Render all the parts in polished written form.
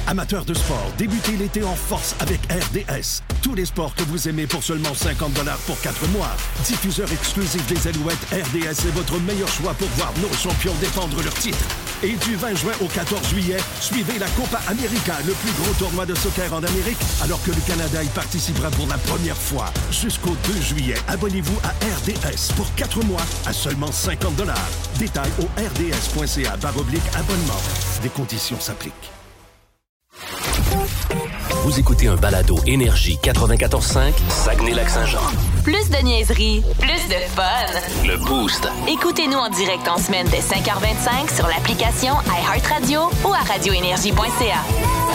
Amateurs de sport, débutez l'été en force avec RDS. Tous les sports que vous aimez pour seulement 50 $ pour 4 mois. Diffuseur exclusif des Alouettes, RDS est votre meilleur choix pour voir nos champions défendre leur titre. Et du 20 juin au 14 juillet, suivez la Copa América, le plus gros tournoi de soccer en Amérique, alors que le Canada y participera pour la première fois. Jusqu'au 2 juillet, abonnez-vous à RDS pour 4 mois à seulement 50 $. Détails au rds.ca/abonnement. Des conditions s'appliquent. Vous écoutez un balado Énergie 94.5 Saguenay-Lac-Saint-Jean. Plus de niaiserie, plus de fun. Le Boost. Écoutez-nous en direct en semaine dès 5h25 sur l'application iHeartRadio ou à radioénergie.ca.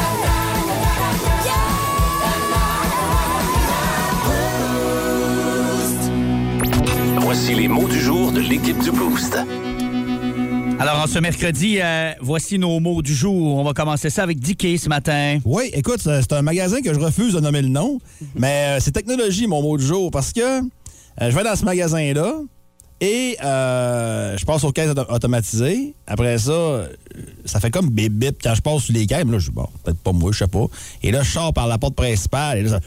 Voici les mots du jour de l'équipe du Boost. Alors, en ce mercredi, voici nos mots du jour. On va commencer ça avec Dicky ce matin. Oui, écoute, c'est un magasin que je refuse de nommer le nom, mais c'est technologie, mon mot du jour, parce que je vais dans ce magasin-là et je passe aux caisses automatisées. Après ça, ça fait comme bip-bip quand je passe sur les caisses. Mais là, je dis, bon, peut-être pas moi, je sais pas. Et là, je sors par la porte principale et là, ça...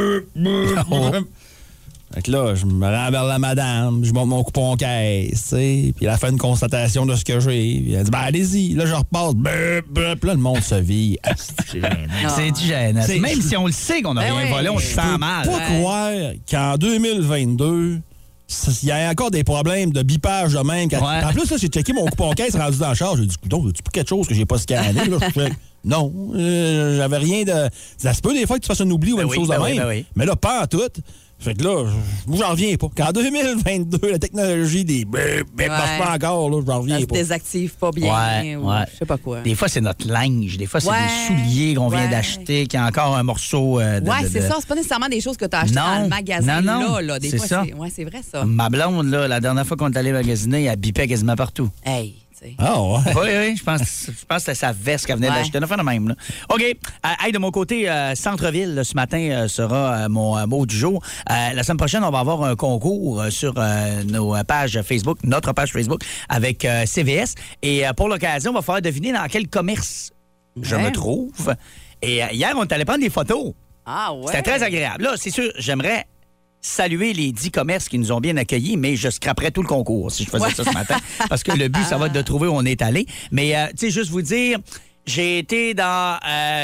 Fait que là, je me rends vers la madame, je monte mon coupon caisse, tu sais, puis elle a fait une constatation de ce que j'ai. Puis elle dit, ben allez-y. Là, je repasse, puis là, le monde se vit. C'est gênant. C'est gênant. Même si on le sait qu'on a rien volé, on se sent mal. Pas croire qu'en 2022, il y a encore des problèmes de bipage de même. En plus, là, j'ai checké mon coupon caisse rendu dans la charge. J'ai dit, coudonc, as-tu pas quelque chose que j'ai pas scanné? Là, je fais, non, j'avais rien de... Ça se peut des fois que tu fasses un oubli ou une chose de même. Mais là, pas en tout. Fait que là, moi, j'en reviens pas. Qu'en 2022, la technologie des marche pas encore, là, j'en reviens pas. Ça se désactive pas bien. Ou je sais pas quoi. Des fois, c'est notre linge. Des fois, c'est des souliers qu'on vient d'acheter, qui a encore un morceau c'est ça. C'est pas nécessairement des choses que tu as achetées dans le magasin. Là. Des fois, ça. C'est vrai, ça. Ma blonde, là, la dernière fois qu'on est allé magasiner, elle bipait quasiment partout. Hey! Ah ouais? Oui, je pense que c'était sa veste qu'elle venait d'acheter. On a fait de même. Là. OK. De mon côté, Centre-Ville, là, ce matin, sera mon mot du jour. La semaine prochaine, on va avoir un concours sur nos pages Facebook, notre page Facebook, avec CVS. Et pour l'occasion, on va faire deviner dans quel commerce je me trouve. Et hier, on est allé prendre des photos. Ah ouais? C'était très agréable. Là, c'est sûr, j'aimerais saluer les 10 commerces qui nous ont bien accueillis, mais je scraperais tout le concours si je faisais ça ce matin. Parce que le but, ça va être de trouver où on est allé. Mais, tu sais, juste vous dire, j'ai été dans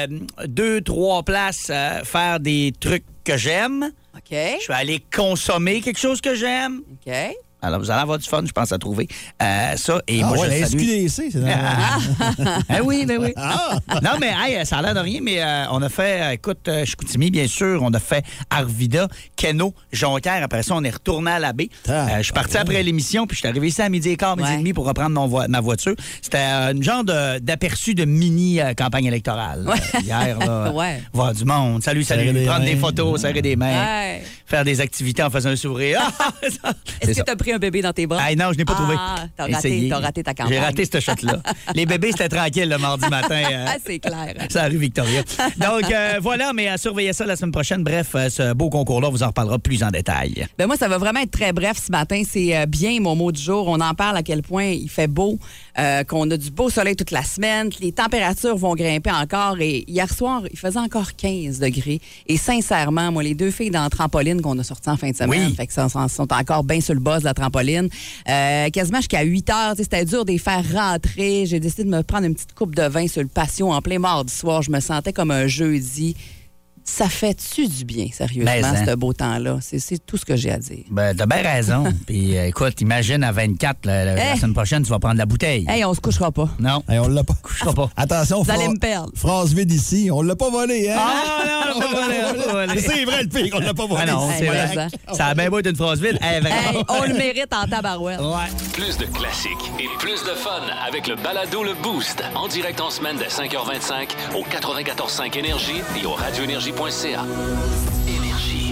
2-3 places faire des trucs que j'aime. OK. Je suis allé consommer quelque chose que j'aime. OK. Alors, vous allez avoir du fun, je pense, à trouver ça. Et moi, je la salue... SQDC, c'est oui. Non, mais ça a l'air de rien, mais on a fait, écoute, Chicoutimi, bien sûr, on a fait Arvida, Keno, Jonquière. Après ça, on est retourné à la baie. Je suis parti après l'émission, puis je suis arrivé ici à 12h15, 12h30 pour reprendre ma voiture. C'était un genre d'aperçu de mini-campagne électorale. Hier, là, voir du monde. Salut, prendre des photos, serrer des mains, faire des activités en faisant un sourire. Est-ce que tu as pris un bébé dans tes bras? Non, je n'ai pas trouvé. T'as raté ta campagne. J'ai raté ce shot-là. Les bébés, c'était tranquille le mardi matin. C'est clair. C'est la rue Victoria. Donc, voilà, mais à surveiller ça la semaine prochaine. Bref, ce beau concours-là, on vous en reparlera plus en détail. Ben moi, ça va vraiment être très bref ce matin. C'est bien mon mot du jour. On en parle à quel point il fait beau, qu'on a du beau soleil toute la semaine, que les températures vont grimper encore. Et hier soir, il faisait encore 15 degrés. Et sincèrement, moi, les 2 filles dans la trampoline qu'on a sorties en fin de semaine, fait que ça, sont encore bien sur le buzz de la trampoline. Quasiment jusqu'à 8 heures, c'était dur de les faire rentrer. J'ai décidé de me prendre une petite coupe de vin sur le patio en plein mardi soir. Je me sentais comme un jeudi. Ça fait-tu du bien, sérieusement, ce beau temps-là? C'est tout ce que j'ai à dire. Ben, t'as bien raison. Puis, écoute, imagine à 24, la semaine prochaine, tu vas prendre la bouteille. Hey, on se couchera pas. Non. Hey, on l'a pas. Couchera pas. Attention, vous allez me perdre. Phrase vide ici, on l'a pas volé, hein? Ah, non, on l'a pas volé. C'est vrai, le pire, on l'a pas volé. Ah non, c'est vrai. Ça a bien beau être une phrase vide. Hey, on le mérite en tabarouette. Ouais. Plus de classiques et plus de fun avec le balado Le Boost. En direct en semaine dès 5h25 au 94.5 Énergie et au radioénergie.ca. Énergie.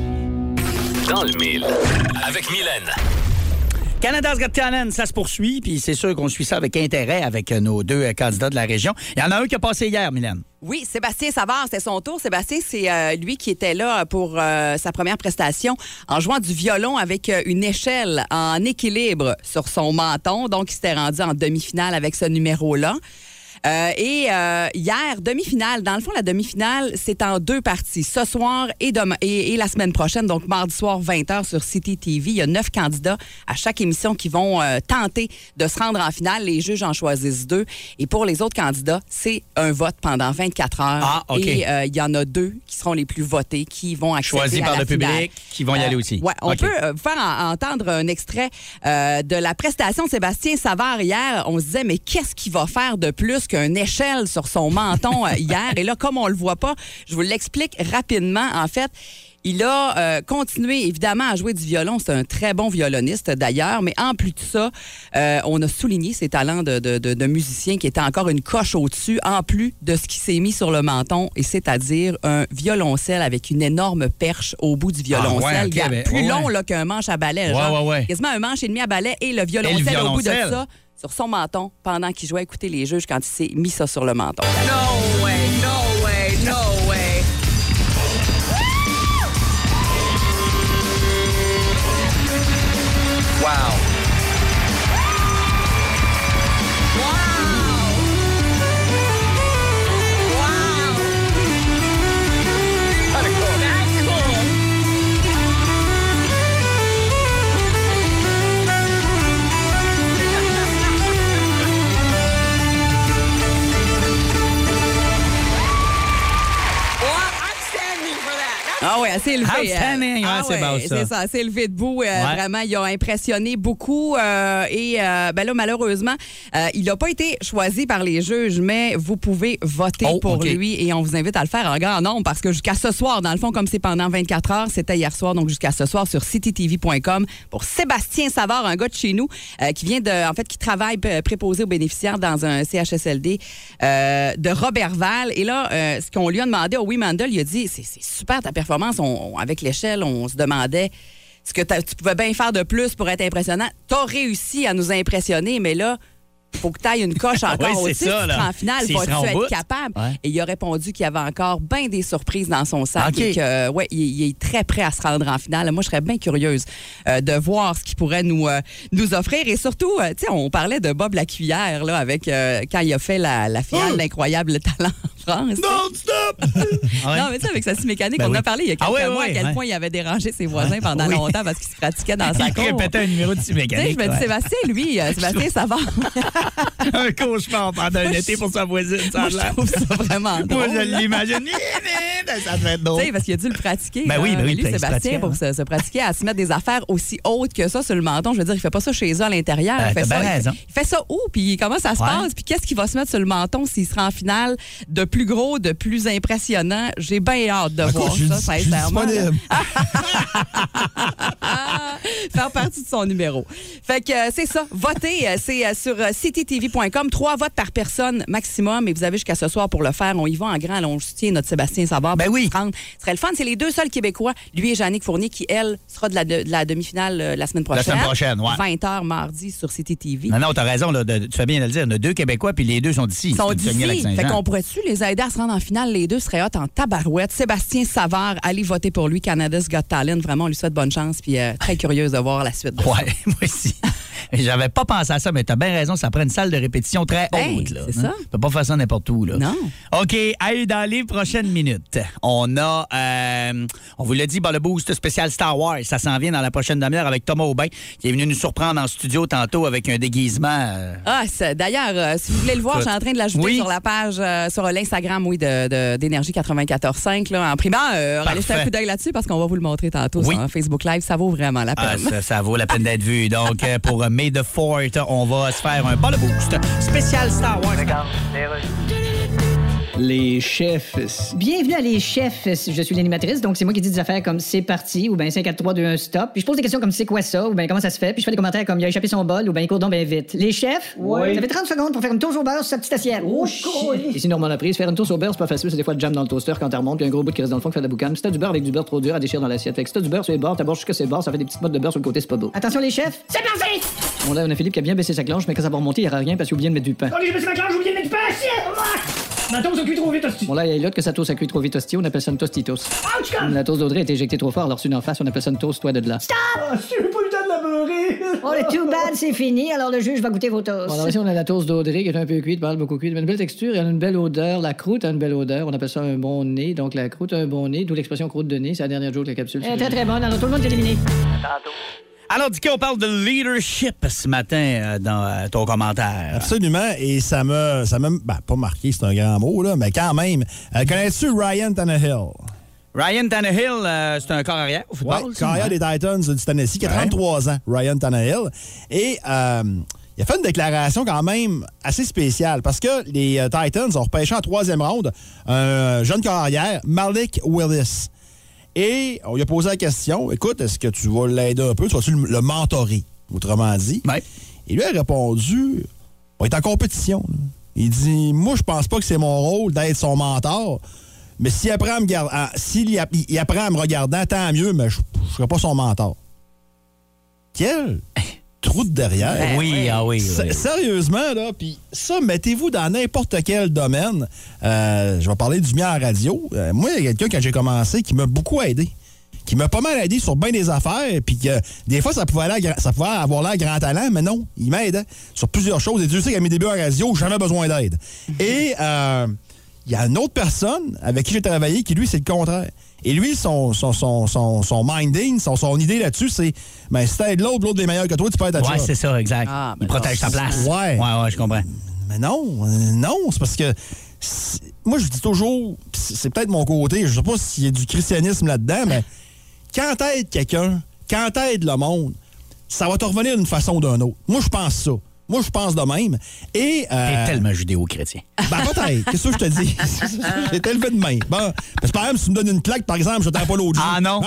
Dans le mille. Avec Mylène. Canada's Got Talent, ça se poursuit, puis c'est sûr qu'on suit ça avec intérêt avec nos 2 candidats de la région. Il y en a un qui a passé hier, Mylène. Oui, Sébastien Savard, c'était son tour. Sébastien, c'est lui qui était là pour sa première prestation en jouant du violon avec une échelle en équilibre sur son menton. Donc, il s'était rendu en demi-finale avec ce numéro-là. Hier, demi-finale. Dans le fond, la demi-finale, c'est en 2 parties. Ce soir et demain et la semaine prochaine, donc mardi soir, 20h sur City TV. Il y a 9 candidats à chaque émission qui vont tenter de se rendre en finale. Les juges en choisissent 2. Et pour les autres candidats, c'est un vote pendant 24 heures. Ah, OK. Et il y en a 2 qui seront les plus votés, qui vont accéder Choisis par à la le finale. public, qui vont y aller aussi. Oui, on OK. peut vous faire entendre un extrait de la prestation de Sébastien Savard hier. On se disait, mais qu'est-ce qu'il va faire de plus qu'une échelle sur son menton hier? Et là, comme on le voit pas, je vous l'explique rapidement. En fait, il a continué, évidemment, à jouer du violon. C'est un très bon violoniste, d'ailleurs. Mais en plus de ça, on a souligné ses talents de musicien qui était encore une coche au-dessus, en plus de ce qui s'est mis sur le menton, et c'est-à-dire un violoncelle avec une énorme perche au bout du violoncelle. Ah, ouais, OK, plus long ouais. là, qu'un manche à balai. Ouais, genre, ouais. quasiment un manche et demi à balai et le violoncelle au bout de ça sur son menton pendant qu'il jouait. Écoutez les juges quand il s'est mis ça sur le menton. No way, no way, no way. Wow. Ah oui, assez élevé. Outstanding, ouais, c'est beau, ça. C'est ça, assez élevé debout. Vraiment, il a impressionné beaucoup. Ben là, malheureusement, il n'a pas été choisi par les juges, mais vous pouvez voter pour lui et on vous invite à le faire en grand nombre parce que jusqu'à ce soir, dans le fond, comme c'est pendant 24 heures, c'était hier soir, donc jusqu'à ce soir sur citytv.com pour Sébastien Savard, un gars de chez nous qui vient qui travaille préposé aux bénéficiaires dans un CHSLD de Robertval. Et là, ce qu'on lui a demandé au Mandel, il a dit, c'est super ta performance. Avec l'échelle, on se demandait ce que tu pouvais bien faire de plus pour être impressionnant. Tu as réussi à nous impressionner, mais là, il faut que tu ailles une coche encore oui, au-dessus. ça, là. En finale, S'il vas-tu se rend au être bout. capable? Ouais. Et il a répondu qu'il y avait encore bien des surprises dans son sac. OK. Et que, il est très prêt à se rendre en finale. Moi, je serais bien curieuse de voir ce qu'il pourrait nous offrir. Et surtout, tu sais, on parlait de Bob Lacuillère, là, avec quand il a fait la finale d'Incroyable Talent en France. Don't stop! Non, mais tu sais, avec sa scie mécanique, Ben on oui. a parlé il y a quelques mois à quel ouais. point il avait dérangé ses voisins pendant Oui. longtemps parce qu'il se pratiquait dans sa Il cour. répétait un numéro de scie Tu sais, mécanique. je me dis, Sébastien, lui, Sébastien Savard, Un cauchemar pendant un été pour sa voisine, ça a moi, je l'air. trouve ça vraiment Moi, drôle. je l'imagine. Ça devait être drôle. Tu sais, parce qu'il a dû le pratiquer. Ben oui, là. ben oui, Lui, il se Sébastien, pratiquait, pour se pratiquer à se mettre des affaires aussi hautes que ça sur le menton, je veux dire, il fait pas ça chez eux à l'intérieur. Il fait t'as ça, bien raison. il fait ça où? Puis comment ça se Ouais. passe? Puis qu'est-ce qu'il va se mettre sur le menton s'il sera en finale de plus gros, de plus impressionnant? J'ai bien hâte de voir ça, sincèrement. là. Faire partie de son numéro. Fait que c'est ça. Votez, c'est sur citytv.com. 3 votes par personne maximum et vous avez jusqu'à ce soir pour le faire. On y va en grand. Là, on soutient notre Sébastien Savard. Ben pour oui. se rendre. Ce serait le fun. C'est les 2 seuls Québécois, lui et Jannick Fournier, qui, elle, sera de la demi-finale la semaine prochaine. La semaine prochaine, ouais. 20h mardi sur City TV. Non, t'as raison. Là, tu fais bien de le dire. Il y en a 2 Québécois, puis les 2 sont d'ici. Ils sont C'est d'ici. Saguenay-Lac-Saint-Jean. Fait qu'on pourrait-tu les aider à se rendre en finale? Les 2 seraient hot en tabarouette. Sébastien Savard, allez voter pour lui. Canada's Got Talent. Vraiment, on lui souhaite bonne chance. Puis très curieuse de voir la suite de ça. Ouais, moi aussi. J'avais pas pensé à ça, mais t'as bien raison, ça prend une salle de répétition très Hey, haute. Là, c'est hein? ça. Tu peux pas faire ça n'importe où. Là. Non. OK, allez, dans les prochaines minutes, on a, on vous l'a dit, le boost spécial Star Wars, ça s'en vient dans la prochaine demi-heure avec Thomas Aubin, qui est venu nous surprendre en studio tantôt avec un déguisement. D'ailleurs, si vous voulez le voir, je suis en train de l'ajouter Oui. sur la page, sur l'Instagram, d'Énergie 94.5, là, en primeur. Allez jeter un coup d'œil là-dessus parce qu'on va vous le montrer tantôt Oui. sur Facebook Live. Ça vaut vraiment la peine. Ça vaut la peine d'être vu. Donc, pour May the 4th, on va se faire un ball boost spécial Star Wars. Les chefs. Bienvenue à Les Chefs. Je suis l'animatrice, donc c'est moi qui dis des affaires comme c'est parti, ou bien 5, 4, 3, 2, 1, stop. Puis je pose des questions comme c'est quoi ça, ou bien comment ça se fait. Puis je fais des commentaires comme il a échappé son bol, ou bien il court donc bien vite. Les chefs? Oui. Ça fait 30 secondes pour faire une toast au beurre sur sa petite assiette. Oh, Et si Normand l'a prise, faire une toast au beurre, c'est pas facile, c'est des fois de jam dans le toaster quand tu remontes, puis un gros bout qui reste dans le fond qui fait de la boucane. Si t'as du beurre avec du beurre trop dur à déchirer dans l'assiette. Fait que si t'as du beurre sur les bords, t'abordes jusqu'à ses bords, ça fait des petites mottes de beurre sur le côté, c'est pas beau. Attention les chefs, c'est parti! On a Philippe qui a bien baissé sa clenche, mais quand ça va remonter, il y aura rien parce qu'il oublie de mettre du pain. Oh, j'ai baissé ma clenche, j'ai oublié de mettre du pain. Ma toast a cuit trop vite, hostie. Bon là, il y a l'autre que sa toast a cuit trop vite hostie, on appelle ça une tostitos. Ouch, La toast d'Audrey est éjectée trop fort, alors une en face, on appelle ça une toast toi de là. Ah, si j'ai pas eu le temps de la beurrer. Oh, le too bad, c'est fini. Alors, le juge va goûter vos toasts. Bon, alors ici, on a la toast d'Audrey qui est un peu cuite, pas beaucoup cuite. Mais une belle texture, elle a une belle odeur. La croûte a une belle odeur. On appelle ça un bon nez. Donc, la croûte a un bon nez, d'où l'expression croûte de nez. C'est la dernière joke de la capsule. Très, très bonne. Alors, tout le monde est éliminé. Alors, Dicky, on parle de leadership ce matin dans ton commentaire. Absolument. Et ça m'a pas marqué, c'est un grand mot, là, mais quand même. Connais-tu Ryan Tannehill? Ryan Tannehill, c'est un corps arrière au football. Oui, corps arrière des Titans du Tennessee, qui a 33 ans, Ryan Tannehill. Et il a fait une déclaration quand même assez spéciale parce que les Titans ont repêché en 3e ronde un jeune corps arrière, Malik Willis. Et on lui a posé la question, écoute, est-ce que tu vas l'aider un peu? Tu vas-tu le mentorer, autrement dit? Ouais. Et lui a répondu, on est en compétition. Là. Il dit, moi, je pense pas que c'est mon rôle d'être son mentor. Mais s'il apprend à me apprend en me regardant, tant mieux, mais je ne serai pas son mentor. Quel trou de derrière. Ben, oui. Sérieusement, là, puis ça, mettez-vous dans n'importe quel domaine. Je vais parler du mien en radio. Moi, il y a quelqu'un, quand j'ai commencé, qui m'a beaucoup aidé. Qui m'a pas mal aidé sur bien des affaires, puis que des fois, ça pouvait avoir l'air grand talent, mais non, il m'aide sur plusieurs choses. Et Dieu sait qu'à mes débuts en radio, j'ai jamais besoin d'aide. Et il y a une autre personne avec qui j'ai travaillé qui, lui, c'est le contraire. Et lui, son minding, son idée là-dessus, c'est si t'aides l'autre est meilleur que toi, tu peux être à Ouais, c'est ça, exact. Il protège ta place. Ouais, je comprends. Mais non, c'est parce que moi, je dis toujours, c'est peut-être mon côté, je sais pas s'il y a du christianisme là-dedans, mais quand t'aides quelqu'un, quand t'aides le monde, ça va te revenir d'une façon ou d'une autre. Moi, je pense ça. Moi, je pense de même. Et t'es tellement judéo-chrétien. Ben, peut-être. Qu'est-ce que je te dis? J'ai été élevé de même. Bon, parce que par exemple, si tu me donnes une claque, par exemple, je ne pas l'autre jour. Ah non?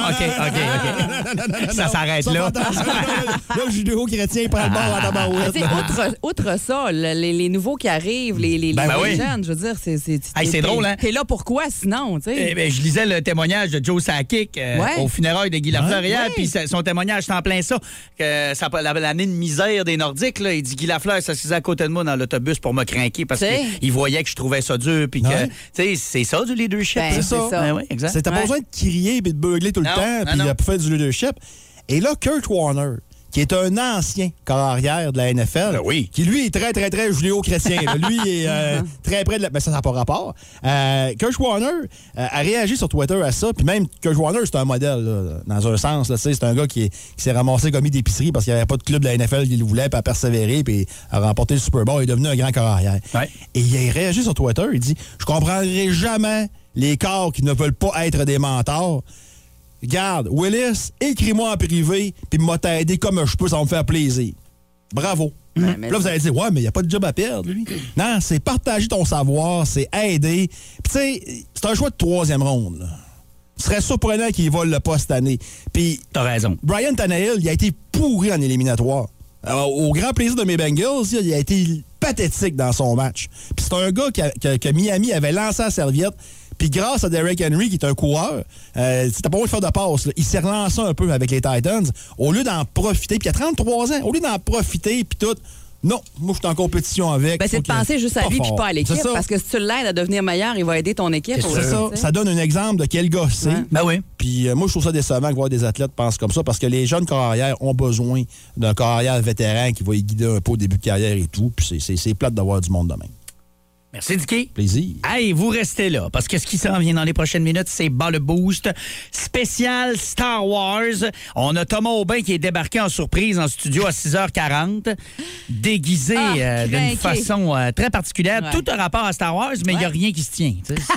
OK. Ça s'arrête là. Là, le judéo-chrétien, il prend le bord à la tabarouette. Outre ça, les nouveaux qui arrivent, les jeunes, je veux dire, c'est drôle, hein? T'es là pourquoi, sinon, tu sais? Je lisais le témoignage de Joe Sakic au funérailles de Guy Lafleur hier, puis son témoignage, c'est en plein ça, que l'année de misère des Nordiques, là, il dit Guy Lafleur s'assisait à côté de moi dans l'autobus pour me craquer parce qu'il voyait que je trouvais ça dur, puis que, tu sais, c'est ça du leadership. C'est ça. Ben, oui, exact. T'as pas besoin de crier et de beugler tout le temps, puis pour faire du leadership. Et là, Kurt Warner, qui est un ancien corps arrière de la NFL, qui lui est très, très, très judéo-chrétien. Lui est très près de la... Ben, ça n'a pas rapport. Kurt Warner a réagi sur Twitter à ça, puis même Kurt Warner, c'est un modèle, là, dans un sens. Là, c'est un gars qui s'est ramassé commis d'épicerie parce qu'il n'y avait pas de club de la NFL qui le voulait, puis a persévéré, puis a remporté le Super Bowl. Il est devenu un grand corps arrière. Ouais. Et il a réagi sur Twitter, il dit « Je comprendrai jamais les corps qui ne veulent pas être des mentors. » Garde, Willis, écris-moi en privé, puis m'a t'aider comme je peux, ça va me faire plaisir. Bravo. Là, vous allez dire, mais il n'y a pas de job à perdre, lui. Non, c'est partager ton savoir, c'est aider. Puis, tu sais, c'est un choix de 3e ronde, là. Ce serait surprenant qu'il vole le poste cette année. Puis, t'as raison. Brian Tannehill, il a été pourri en éliminatoire. Alors, au grand plaisir de mes Bengals, il a été pathétique dans son match. Puis, c'est un gars que Miami avait lancé à la serviette. Puis grâce à Derrick Henry, qui est un coureur, t'as pas besoin de faire de passe. Là. Il s'est relancé un peu avec les Titans. Au lieu d'en profiter, puis il a 33 ans, au lieu d'en profiter, puis tout, non, moi, je suis en compétition avec. C'est de penser juste à lui puis pas à l'équipe. Parce que si tu l'aides à devenir meilleur, il va aider ton équipe. C'est ça. Ça donne un exemple de quel gars c'est. Ben oui. Puis moi, je trouve ça décevant de voir des athlètes pensent comme ça parce que les jeunes corps arrière ont besoin d'un corps arrière vétéran qui va les guider un peu au début de carrière et tout. Puis c'est plate d'avoir du monde de même. Merci, Dicky. Plaisir. Hey, vous restez là, parce que ce qui s'en vient dans les prochaines minutes, c'est Bas le Boost spécial Star Wars. On a Thomas Aubin qui est débarqué en surprise en studio à 6h40, déguisé d'une façon très particulière. Ouais. Tout a rapport à Star Wars, mais il n'y a rien qui se tient.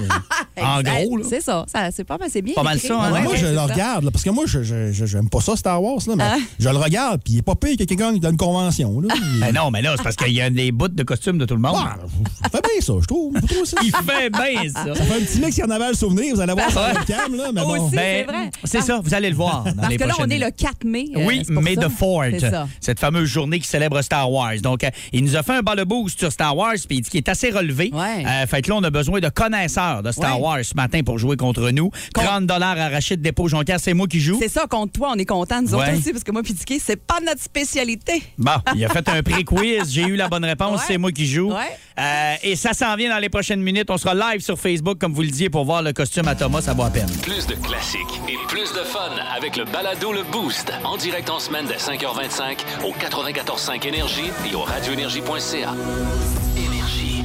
En gros. Là. C'est ça. C'est pas mal, c'est bien. Pas mal ça. Hein? Moi, je le regarde, là, parce que moi, je n'aime pas ça, Star Wars, là, mais je le regarde, puis il n'est pas pire que quelqu'un qui a une convention. Là. Ben non, mais là, c'est parce qu'il y a des bouts de costumes de tout le monde. Ça fait bien ça, je trouve. Il fait bien ça. Ça fait un petit mix carnaval souvenir, vous allez voir sur le cam, là. Mais bon. Aussi, c'est vrai. C'est ça, vous allez le voir. Parce que là, on est le 4 mai. Oui, May the 4th. Cette fameuse journée qui célèbre Star Wars. Donc, il nous a fait un bas le boost sur Star Wars, puis il dit qu'il est assez relevé. Ouais. Fait que là, on a besoin de connaisseurs de Star Wars. Wars ce matin pour jouer contre nous. 30 $ à Rachid Despaux-Jonquière, c'est moi qui joue. C'est ça, contre toi, on est content, nous autres aussi, parce que moi, puis Dicky, c'est pas notre spécialité. Bon, il a fait un pré-quiz, j'ai eu la bonne réponse, c'est moi qui joue. Et ça s'en vient dans les prochaines minutes. On sera live sur Facebook, comme vous le disiez, pour voir le costume à Thomas, ça vaut à peine. Plus de classiques et plus de fun avec le balado Le Boost. En direct en semaine dès 5h25 au 94.5 Énergie et au radioénergie.ca. Énergie.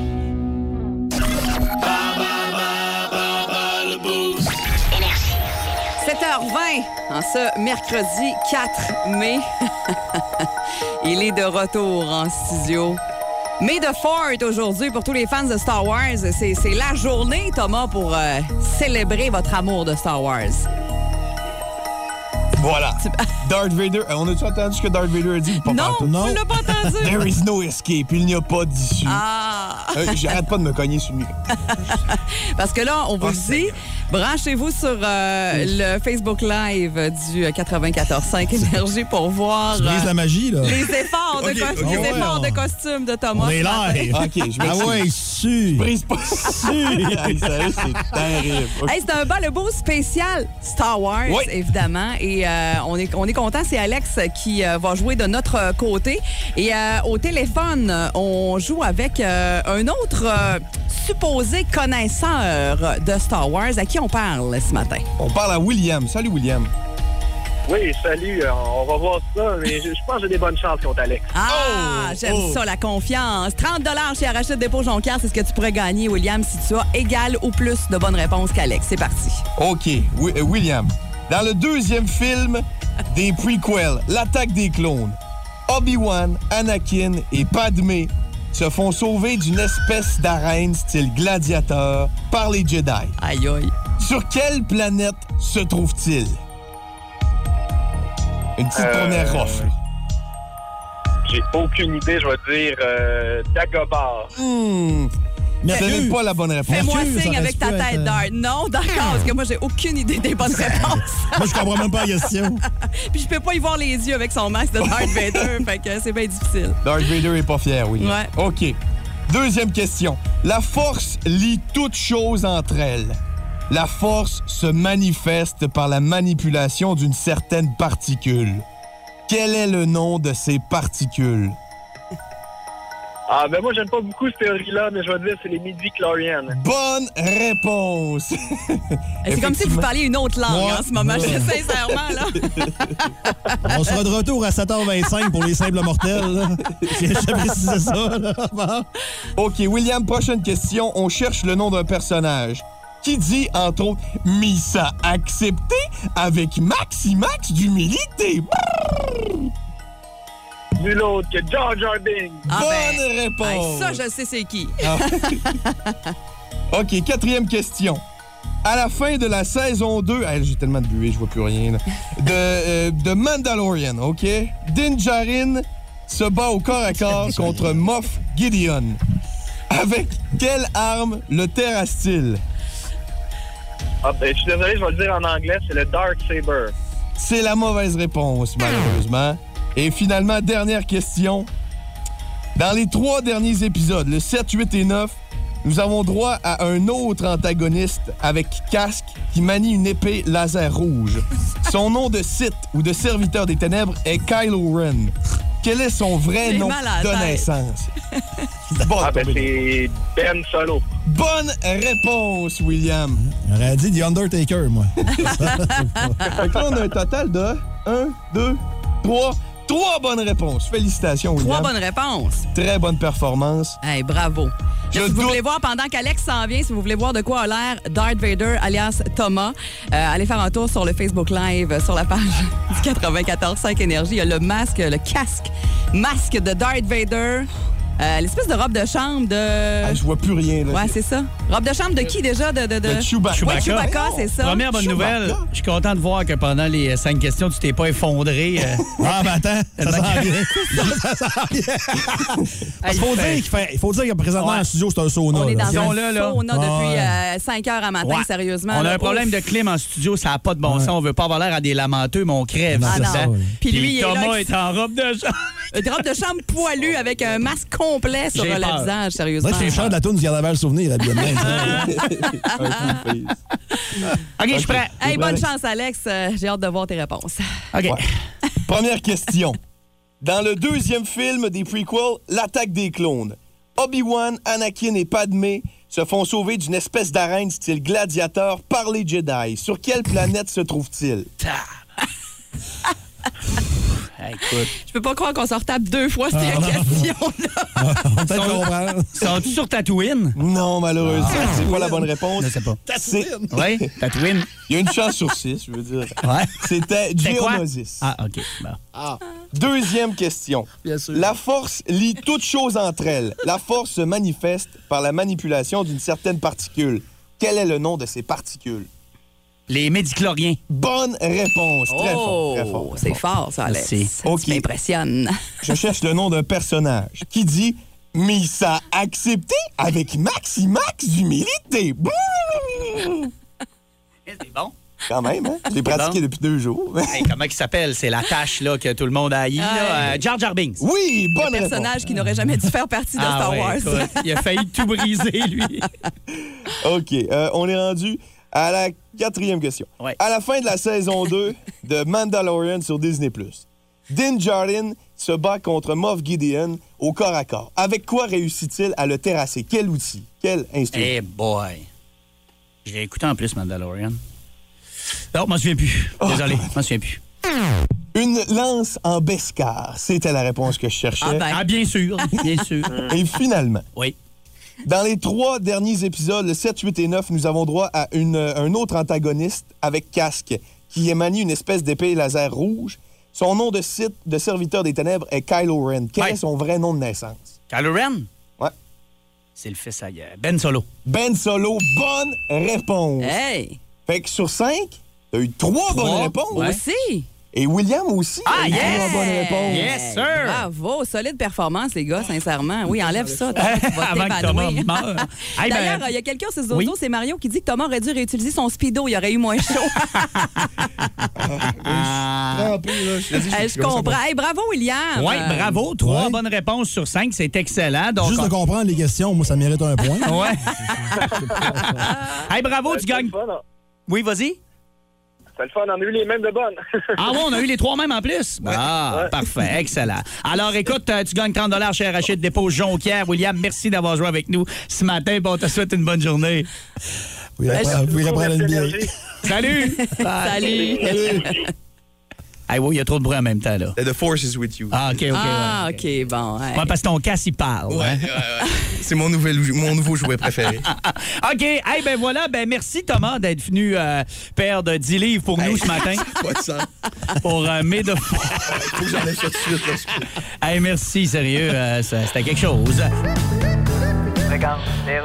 7h20 en ce mercredi 4 mai. Il est de retour en studio. May the 4th aujourd'hui pour tous les fans de Star Wars. C'est la journée, Thomas, pour célébrer votre amour de Star Wars. Voilà. Darth Vader. On a-tu entendu ce que Darth Vader a dit? Non, tu l'as pas entendu. There is no escape. Il n'y a pas d'issue. Ah. J'arrête pas de me cogner sur le micro. Parce que là, on vous le dit, branchez-vous sur le Facebook Live du 94.5 Énergie pour voir... Tu brises la magie, là. Les efforts de costume de Thomas. On est live. OK, je m'excuse. Su. Je brise pas. Hey, sérieux, c'est terrible. Hey, c'est un balado spécial Star Wars, évidemment. Et on est content. C'est Alex qui va jouer de notre côté. Et au téléphone, on joue avec un autre supposé connaisseur de Star Wars. À qui on parle ce matin? On parle à William. Salut, William. Oui, salut. On va voir ça, mais je pense que j'ai des bonnes chances contre Alex. J'aime ça, la confiance. 30 $ chez Rachid Despaux-Jonquière, c'est ce que tu pourrais gagner, William, si tu as égal ou plus de bonnes réponses qu'Alex. C'est parti. OK. William, dans le deuxième film des prequels, L'attaque des clones, Obi-Wan, Anakin et Padmé se font sauver d'une espèce d'arène style gladiateur par les Jedi. Aïe, aïe. Sur quelle planète se trouve-t-il? Une petite tournée rough. J'ai aucune idée, je vais dire Dagobah. Mais ce n'est pas la bonne réponse. Fais-moi signe avec ta tête, Dart. Non, d'accord, parce que moi, j'ai aucune idée des bonnes réponses. Moi, je comprends même pas la question. Puis je peux pas y voir les yeux avec son masque de Darth Vader, fait que c'est bien difficile. Darth Vader est pas fier, oui. Ouais. OK. Deuxième question. La force lie toutes choses entre elles. La force se manifeste par la manipulation d'une certaine particule. Quel est le nom de ces particules? Ben moi, j'aime pas beaucoup cette théorie-là, mais je vais dire c'est les midi-chlorians. Bonne réponse! C'est comme si vous parliez une autre langue en ce moment, sincèrement, là. On sera de retour à 7h25 pour les simples mortels. J'ai précisé ça. Là. OK, William, prochaine question. On cherche le nom d'un personnage. Qui dit, entre autres, « Missa accepté avec Maximax d'humilité ». Nul autre que Jar Jar Binks. Bonne réponse. Ça, je sais c'est qui. OK, quatrième question. À la fin de la saison 2... j'ai tellement de buée, je vois plus rien. Là, de Mandalorian, OK? Din Djarin se bat au corps à corps contre Moff Gideon. Avec quelle arme le terrasse-t-il? Je suis désolé, je vais le dire en anglais, c'est le Dark Saber. C'est la mauvaise réponse, malheureusement. Et finalement, dernière question. Dans les 3 derniers épisodes, le 7, 8 et 9, nous avons droit à un autre antagoniste avec casque qui manie une épée laser rouge. Son nom de Sith ou de serviteur des ténèbres est Kylo Ren. Quel est son vrai nom de naissance? C'est Ben Solo. Bonne réponse, William. J'aurais dit The Undertaker, moi. Fait que là, on a un total de 1, 2, 3... 3 bonnes réponses. Félicitations, William. 3 bonnes réponses. Très bonne performance. Hey, bravo. Si vous voulez voir, pendant qu'Alex s'en vient, si vous voulez voir de quoi a l'air Darth Vader, alias Thomas, allez faire un tour sur le Facebook Live, sur la page du 94.5 Énergie. Il y a le masque, le masque de Darth Vader. L'espèce de robe de chambre de... je vois plus rien. Là. Ouais, c'est ça. Robe de chambre de qui déjà? De Chewbacca. Ouais, Chewbacca, c'est ça. Première bonne nouvelle, je suis content de voir que pendant les 5 questions, tu t'es pas effondré. Mais attends, ça sent bien. Ça sent bien. Il faut dire que présentement, en studio, c'est un sauna. On est dans un sauna depuis 5 heures à matin, sérieusement. On a un problème de clim en studio, ça n'a pas de bon sens. On veut pas avoir l'air à des lamenteux, mais on crève. Ah non. Puis lui, Thomas est en robe de chambre. Une robe de chambre poilue avec un masque complet sur J'ai le peur. visage, sérieusement. Moi, c'est le chant de la toune du Carnaval Souvenir, habituellement. OK, je suis prêt. Hey, bonne chance, Alex. J'ai hâte de voir tes réponses. OK. Ouais. Première question. Dans le deuxième film des prequels, L'attaque des clones, Obi-Wan, Anakin et Padmé se font sauver d'une espèce d'arène style gladiateur par les Jedi. Sur quelle planète se trouve-t-il? Écoute. Je peux pas croire qu'on se retape 2 fois cette question-là. On peut comprendre. Sont-tu sur Tatooine? Non, malheureusement, c'est pas la bonne réponse. Je sais pas. Oui, Tatooine. Il y a une chance sur 6, je veux dire. Ouais. C'était quoi? Geonosis. Ah, OK. Bon. Deuxième question. Bien sûr. La force lie toutes choses entre elles. La force se manifeste par la manipulation d'une certaine particule. Quel est le nom de ces particules? Les médicloriens. Bonne réponse. Très fort, très fort. C'est fort, ça, Alex. Merci. OK. Tu m'impressionnes. Je cherche le nom d'un personnage qui dit « Mais ça a accepté avec maximax d'humilité. » C'est bon. Quand même, hein? Je l'ai pratiqué depuis 2 jours. Hey, comment il s'appelle? C'est la tâche là, que tout le monde a haï. Jar Jar Binks. Oui, bonne réponse. Un personnage qui n'aurait jamais dû faire partie de Star ouais, Wars. écoute, il a failli tout briser, lui. OK, on est rendu à la 4e question. Ouais. À la fin de la saison 2 de Mandalorian sur Disney+, Din Djarin se bat contre Moff Gideon au corps à corps. Avec quoi réussit-il à le terrasser? Quel outil? Quel instrument? Eh boy. J'ai écouté en plus Mandalorian. Non, je m'en souviens plus. Désolé, je m'en souviens plus. Une lance en Beskar. C'était la réponse que je cherchais. Ah, bien sûr, bien sûr. Et finalement, Oui. dans les 3 derniers épisodes, le 7, 8 et 9, nous avons droit à un autre antagoniste avec casque qui manie une espèce d'épée laser rouge. Son nom de site de serviteur des ténèbres est Kylo Ren. Quel est son vrai nom de naissance? Kylo Ren? Ouais. C'est le fils à Ben Solo. Ben Solo, bonne réponse. Hey! Fait que sur 5, t'as eu 3 bonnes réponses. Moi aussi! Et William aussi. Ah, a eu yes! 3 bonnes réponses. Yes, sir! Bravo! Solide performance, les gars, sincèrement. Oui, enlève ça. Tu vas Avant que Thomas t'évanouir. meure. Hey, ben, D'ailleurs, il y a quelqu'un sur ce oui. c'est Mario qui dit que Thomas aurait dû réutiliser son speedo. Il aurait eu moins chaud. Je comprends. Hey, bravo, William. Oui, bravo. 3 Ouais. bonnes réponses sur 5. C'est excellent. Donc, Juste de comprendre les questions, moi, ça mérite un point. Ouais. Hey, bravo, tu gagnes. Fun, hein? Oui, vas-y. C'est le fun, on a eu les mêmes de bonnes. Ah bon, on a eu les 3 mêmes en plus? Ah, parfait, excellent. Alors, écoute, tu gagnes 30 $ chez Rachid Dépôt Jonquière. William, merci d'avoir joué avec nous ce matin. On te souhaite une bonne journée. Vous irez prendre une bière. Salut! Salut! Ah oui, il y a trop de bruit en même temps, là. The Force is with you. Ah, OK, OK. Ah, ouais. OK, bon. Ouais. Ouais, parce que ton casse, il parle. Ouais. C'est mon nouveau jouet préféré. OK. Hey, ben voilà. Ben merci, Thomas, d'être venu perdre 10 livres pour nous ce matin. Pas de ça. Pour mai de... Faut que j'enlève ça tout de suite. Là. Hey, merci, sérieux. C'était quelque chose. Regarde,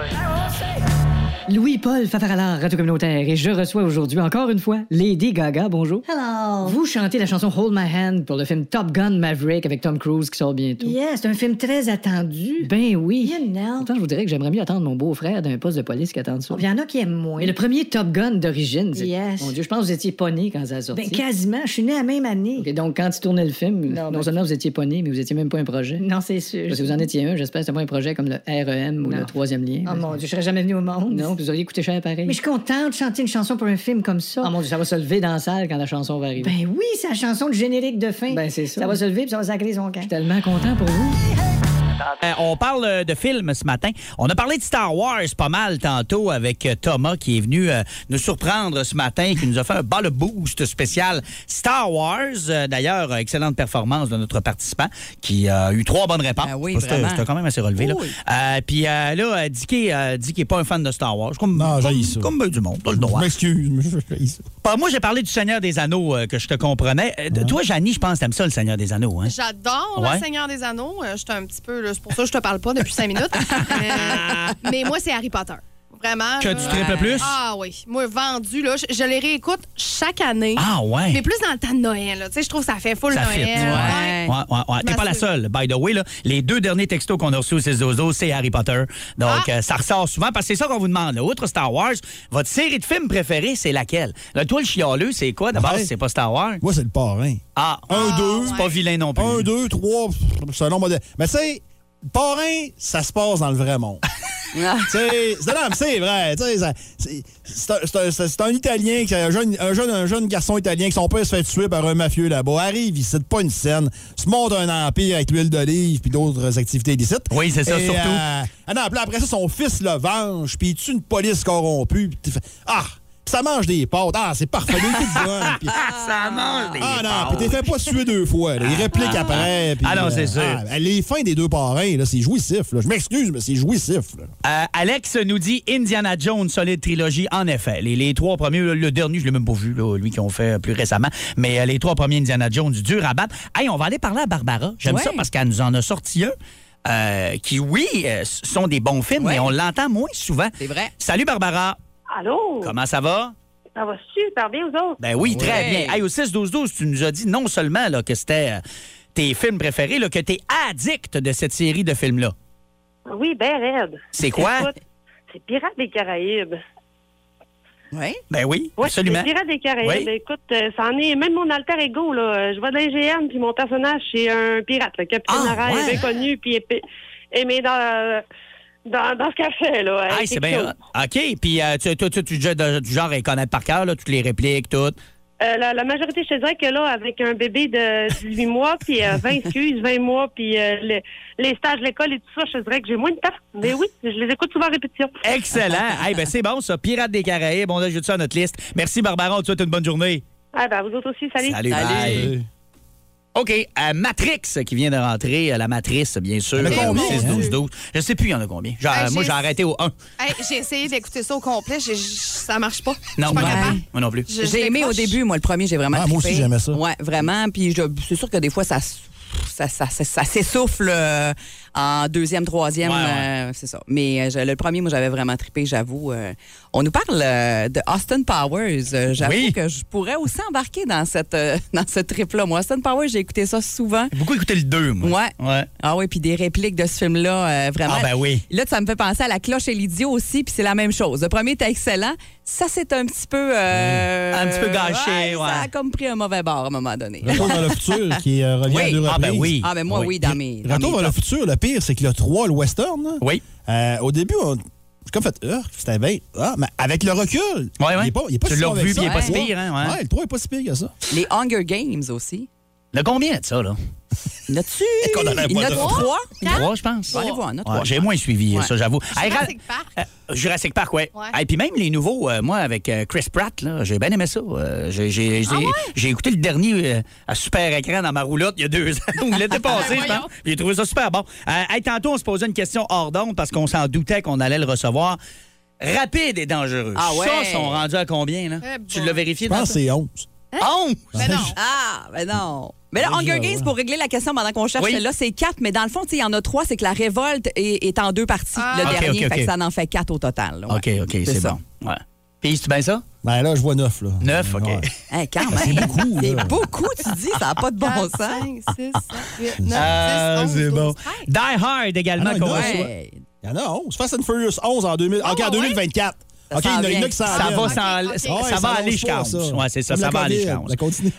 Louis-Paul Fafaralard, Radio Communautaire, et je reçois aujourd'hui encore une fois Lady Gaga, bonjour. Hello. Vous chantez la chanson Hold My Hand pour le film Top Gun Maverick avec Tom Cruise qui sort bientôt. Yeah, c'est un film très attendu. Ben oui. You know. Pourtant, je vous dirais que j'aimerais mieux attendre mon beau-frère d'un poste de police qu'attendre ça. Il y en a qui aiment moins. Mais le premier Top Gun d'origine, c'est... Yes. Mon Dieu, je pense que vous étiez pas né quand ça a sorti. Ben quasiment, je suis née la même année. OK, donc quand tu tournais le film, non seulement vous étiez pas né, mais vous étiez même pas un projet. Non, c'est sûr. Parce que vous en étiez un, j'espère que c'était pas un projet comme le REM ou Non. le troisième lien. Oh mon Dieu, je serais jamais venue au monde. Non, puis vous auriez coûté cher pareil. Mais je suis contente de chanter une chanson pour un film comme ça. Oh mon Dieu, ça va se lever dans la salle quand la chanson va arriver. Ben oui, c'est la chanson de générique de fin. Ben, c'est ça. Ça va se lever puis ça va sacrer son camp. Je suis tellement content pour vous. On parle de films ce matin. On a parlé de Star Wars pas mal tantôt avec Thomas qui est venu nous surprendre ce matin, qui nous a fait un bas le boost spécial Star Wars. D'ailleurs, excellente performance de notre participant qui a eu 3 bonnes réponses. Ah oui, vraiment. C'était quand même assez relevé. Là. Oui. Puis là, dit qu'il n'est pas un fan de Star Wars. Non, j'haïs ça. Comme ben du monde, t'as le droit. Je m'excuse, mais j'haïs ça. Moi, j'ai parlé du Seigneur des Anneaux que je te comprenais. Toi, Janie, je pense que t'aimes ça, le Seigneur des Anneaux. Hein? J'adore Ouais. le Seigneur des Anneaux. J'étais un petit peu... là, c'est pour ça que je te parle pas depuis 5 minutes. Mais moi, c'est Harry Potter. vraiment. Que tu tripes plus? Ah oui. Moi, vendu, là, je les réécoute chaque année. Ah ouais? Mais plus dans le temps de Noël, là. Tu sais, je trouve que ça fait full Ça Noël. fit. Ouais. T'es pas la seule, by the way. Là. Les 2 derniers textos qu'on a reçus au 6-12-12, c'est Harry Potter. Donc, ça ressort souvent parce que c'est ça qu'on vous demande. Là. Outre Star Wars, votre série de films préférée, c'est laquelle? Là, toi, le chialeux, c'est quoi? D'abord, c'est pas Star Wars? Moi, c'est le parrain. 1, 2. C'est pas vilain non plus. 1, 2, 3, c'est un nombre de... Mais tu sais, le parrain, ça se passe dans le vrai monde. C'est vrai. C'est un Italien, un jeune garçon italien que son père se fait tuer par un mafieux là-bas. Arrive, il cite pas une scène, se monte un empire avec l'huile d'olive puis d'autres activités illicites. Oui, c'est ça, surtout. Après ça, son fils le venge, puis il tue une police corrompue. Ça mange des pâtes. C'est parfait. Ça mange des pâtes. Non, puis t'es fait pas suer 2 fois. Là. Il réplique après. Pis, non, c'est sûr. Les fins des 2 parrains, là, c'est jouissif. Là. Je m'excuse, mais c'est jouissif. Alex nous dit Indiana Jones, solide trilogie. En effet, les 3 premiers, le dernier, je l'ai même pas vu, là, lui qui ont fait plus récemment, mais les 3 premiers Indiana Jones, dur à battre. Hey, on va aller parler à Barbara. J'aime ça parce qu'elle nous en a sorti un qui, sont des bons films, mais on l'entend moins souvent. C'est vrai. Salut Barbara. Allô? Comment ça va? Ça va super bien, vous autres? Ben oui, très bien. Hey, au 6-12-12, tu nous as dit non seulement là, que c'était tes films préférés, là, que t'es addict de cette série de films-là. Oui, ben raide. C'est quoi? Écoute, c'est Pirates des Caraïbes. Oui? Ben oui, absolument. C'est Pirates des Caraïbes. Oui. Écoute, ça en est même mon alter ego, là. Je vais dans les GN, puis mon personnage, c'est un pirate, le capitaine Araille, bien connu, puis aimé dans ce qu'elle fait, là. C'est bien. OK. Puis, tu du genre à connaître par cœur, là, toutes les répliques, toutes. La majorité, je te dirais que là, avec un bébé de 18 mois, puis 20 mois, puis les stages de l'école et tout ça, je te dirais que j'ai moins de temps. Mais oui, je les écoute souvent en répétition. Excellent. C'est bon, ça. Pirates des Caraïbes, on ajoute ça à notre liste. Merci, Barbara. On te souhaite une bonne journée. Vous autres aussi. Salut. Salut. Bye. OK, Matrix qui vient de rentrer, la Matrice, bien sûr. Il y en a combien? 6-12-12. Je sais plus, il y en a combien. Moi, j'ai arrêté au 1. J'ai essayé d'écouter ça au complet, ça marche pas. Non, moi non plus. J'ai aimé au début, moi, le premier, j'ai vraiment trippé. Moi aussi, j'aimais ça. Ouais, vraiment. Puis c'est sûr que des fois, ça s'essouffle en deuxième, troisième, c'est ça. Mais le premier, moi, j'avais vraiment trippé, j'avoue. On nous parle de Austin Powers. J'avoue que je pourrais aussi embarquer dans ce trip-là. Moi, Austin Powers, j'ai écouté ça souvent. J'ai beaucoup écouté le 2, moi. Ouais. Ah oui, puis des répliques de ce film-là, vraiment. Ah ben oui. Là, ça me fait penser à La Cloche et l'Idiot aussi, puis c'est la même chose. Le premier était excellent. Ça, c'est un petit peu... un petit peu gâché, Ça a comme pris un mauvais bord à un moment donné. Retour dans le futur, qui revient à 2 reprises. Ben oui. Ah, ben moi, oui, dans mes... Retour dans le futur, le pire, c'est que le 3, le western, là, oui. Au début, j'ai comme fait, c'était bien. Mais avec le recul, il est pas tu l'as revu, puis il n'est pas si pire. Hein, le 3 n'est pas si pire que ça. Les Hunger Games aussi. Il y en a combien de ça, là? Il y en a-tu? Il y en a 3? 3, je pense. Allez voir, j'ai moins suivi ça, j'avoue. Jurassic Park. Jurassic Park, oui. Et puis même les nouveaux, moi, avec Chris Pratt, là, j'ai bien aimé ça. J'ai écouté le dernier à super écran dans ma roulotte il y a 2 ans. Il l'était passé, je pense. J'ai trouvé ça super bon. Tantôt, on se posait une question hors d'onde parce qu'on s'en doutait qu'on allait le recevoir. Rapide et dangereux. Ça, sont rendus à combien, là? Tu l'as vérifié? Je pense que c'est 11. 11? Mais non. Ben non. Mais là, Hunger Games, pour régler la question pendant qu'on cherche, là, c'est 4. Mais dans le fond, il y en a 3. C'est que la révolte est en 2 parties, le dernier. Fait que ça en fait 4 au total. Là, OK, c'est bon. Ouais. Puis, tu bien ça? Ben là, je vois 9. 9, OK. Quand même. C'est beaucoup. C'est beaucoup, tu dis. Ça n'a pas de bon sens. 5, 6, 7, 8, 9, 10, 11, c'est 12, bon. 13. Die Hard également. Il y en a 11. Fast and Furious 11 en 2024. OK, il y en a qui s'en ça va aller jusqu'à 11. Ouais, c'est ça, ça va aller jusqu'à 11.